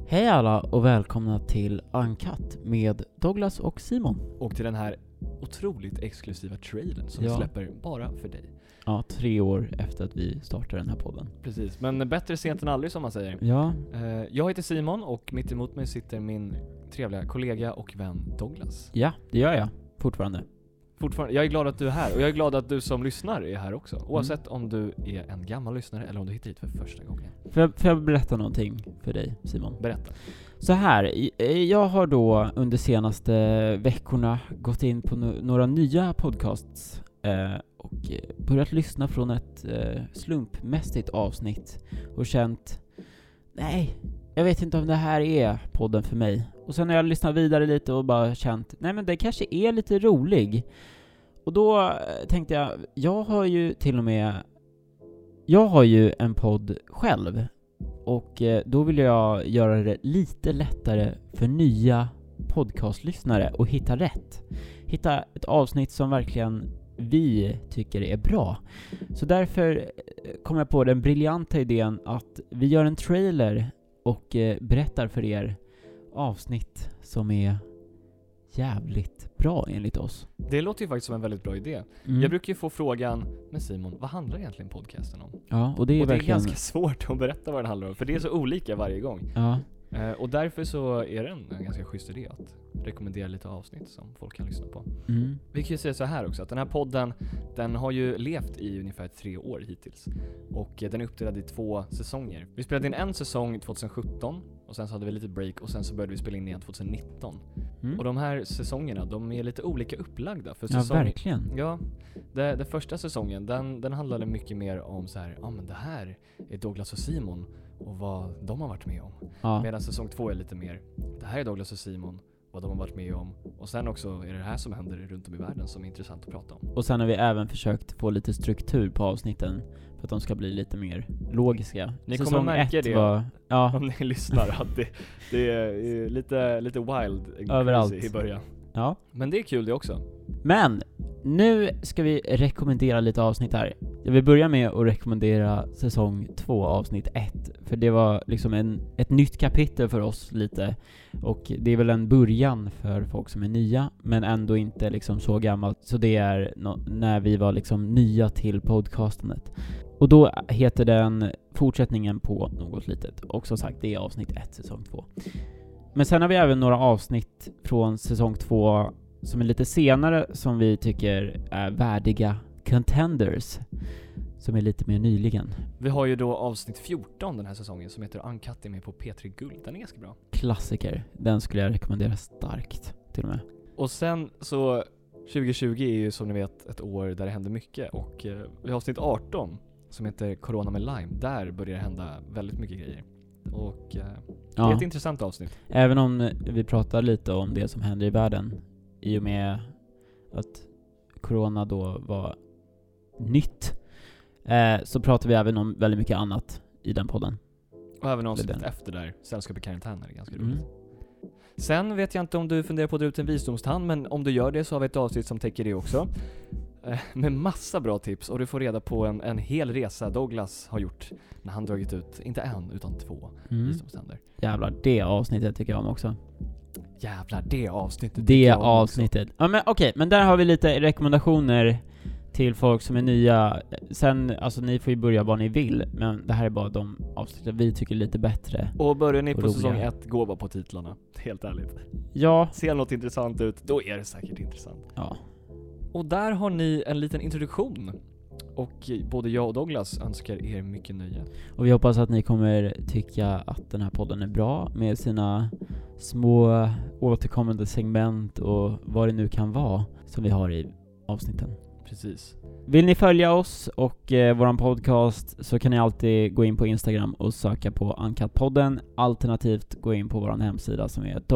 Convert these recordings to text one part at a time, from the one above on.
Hej alla och välkomna till Uncut med Douglas och Simon. Och till den här otroligt exklusiva trailern som vi släpper bara för dig. Ja, 3 år efter att vi startade den här podden. Precis, men bättre sent än aldrig som man säger. Ja. Jag heter Simon och mitt emot mig sitter min trevliga kollega och vän Douglas. Ja, det gör jag fortfarande. Jag är glad att du är här och jag är glad att du som lyssnar är här också. Oavsett om du är en gammal lyssnare eller om du hittar hit för första gången. Får jag berätta någonting för dig, Simon? Berätta. Så här, jag har då under senaste veckorna gått in på några nya podcasts och börjat lyssna från ett slumpmässigt avsnitt och känt, nej, jag vet inte om det här är podden för mig. Och sen har jag lyssnat vidare lite och bara känt, nej men det kanske är lite rolig. Och då tänkte jag har ju en podd själv. Och då vill jag göra det lite lättare för nya podcastlyssnare att hitta rätt. Hitta ett avsnitt som verkligen vi tycker är bra. Så därför kom jag på den briljanta idén att vi gör en trailer och berättar för er avsnitt som är jävligt bra enligt oss. Det låter ju faktiskt som en väldigt bra idé. Jag brukar ju få frågan, men Simon, vad handlar egentligen podcasten om? Ja, och det är verkligen ganska svårt att berätta vad den handlar om, för det är så olika varje gång. Ja. Och därför så är det en ganska schysst idé att rekommendera lite avsnitt som folk kan lyssna på. Vi kan ju säga så här också, att den här podden, den har ju levt i ungefär 3 år hittills. Och den är uppdelad i 2 säsonger. Vi spelade in en säsong 2017 och sen så hade vi lite break och sen så började vi spela in igen 2019. Och de här säsongerna, de är lite olika upplagda. För ja, verkligen. Ja, det första säsongen, den handlade mycket mer om så här, men det här är Douglas och Simon och vad de har varit med om. Ja. Medan säsong 2 är lite mer, det här är Douglas och Simon, vad de har varit med om. Och sen också är det här som händer runt om i världen som är intressant att prata om. Och sen har vi även försökt få lite struktur på avsnitten för att de ska bli lite mer logiska. Ni kommer märka det om ni lyssnar, att det är lite wild överallt i början. Ja. Men det är kul det också. Men nu ska vi rekommendera lite avsnitt här. Jag vill börja med att rekommendera säsong 2 avsnitt 1. För det var liksom ett nytt kapitel för oss lite. Och det är väl en början för folk som är nya, men ändå inte liksom så gammalt. Så det är när vi var liksom nya till podcastandet. Och då heter den fortsättningen på något litet. Och som sagt, det är avsnitt 1, säsong 2. Men sen har vi även några avsnitt från säsong 2 som är lite senare som vi tycker är värdiga contenders, som är lite mer nyligen. Vi har ju då avsnitt 14 den här säsongen som heter Uncut, är med på P3 Guld. Den är ganska bra. Klassiker. Den skulle jag rekommendera starkt till och med. Och sen så 2020 är ju som ni vet ett år där det händer mycket. Och vi har avsnitt 18 som heter Corona med Lime. Där börjar det hända väldigt mycket grejer. Och det är ett intressant avsnitt. Även om vi pratar lite om det som händer i världen i och med att corona då var nytt, så pratar vi även om väldigt mycket annat i den podden. Och även avsnittet efter där, Sällskap i karantän, är ganska roligt. Sen vet jag inte om du funderar på att dra ut en visdomstand, men om du gör det så har vi ett avsnitt som täcker det också. Med massa bra tips, och du får reda på en hel resa Douglas har gjort när han dragit ut, inte en utan 2 visdomständer. Jävlar, det avsnittet tycker jag om också. Jävlar, det avsnittet. Det avsnittet. Ja, men okej, men där har vi lite rekommendationer till folk som är nya. Sen, alltså ni får ju börja vad ni vill, men det här är bara de avsnitt vi tycker är lite bättre. Och börjar ni på säsong 1, gå bara på titlarna. Helt ärligt. Ja. Ser något intressant ut, då är det säkert intressant. Ja. Och där har ni en liten introduktion. Och både jag och Douglas önskar er mycket nöje. Och vi hoppas att ni kommer tycka att den här podden är bra med sina små återkommande segment och vad det nu kan vara som vi har i avsnitten. Precis. Vill ni följa oss och våran podcast så kan ni alltid gå in på Instagram och söka på Uncut-podden. Alternativt gå in på våran hemsida som är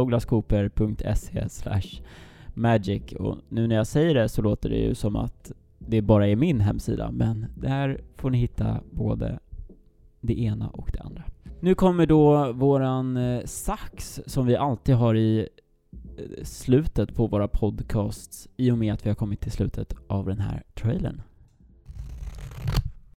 douglascooper.se/magic. Och nu när jag säger det så låter det ju som att det bara är min hemsida, men där får ni hitta både det ena och det andra. Nu kommer då våran sax som vi alltid har i slutet på våra podcasts i och med att vi har kommit till slutet av den här trailern.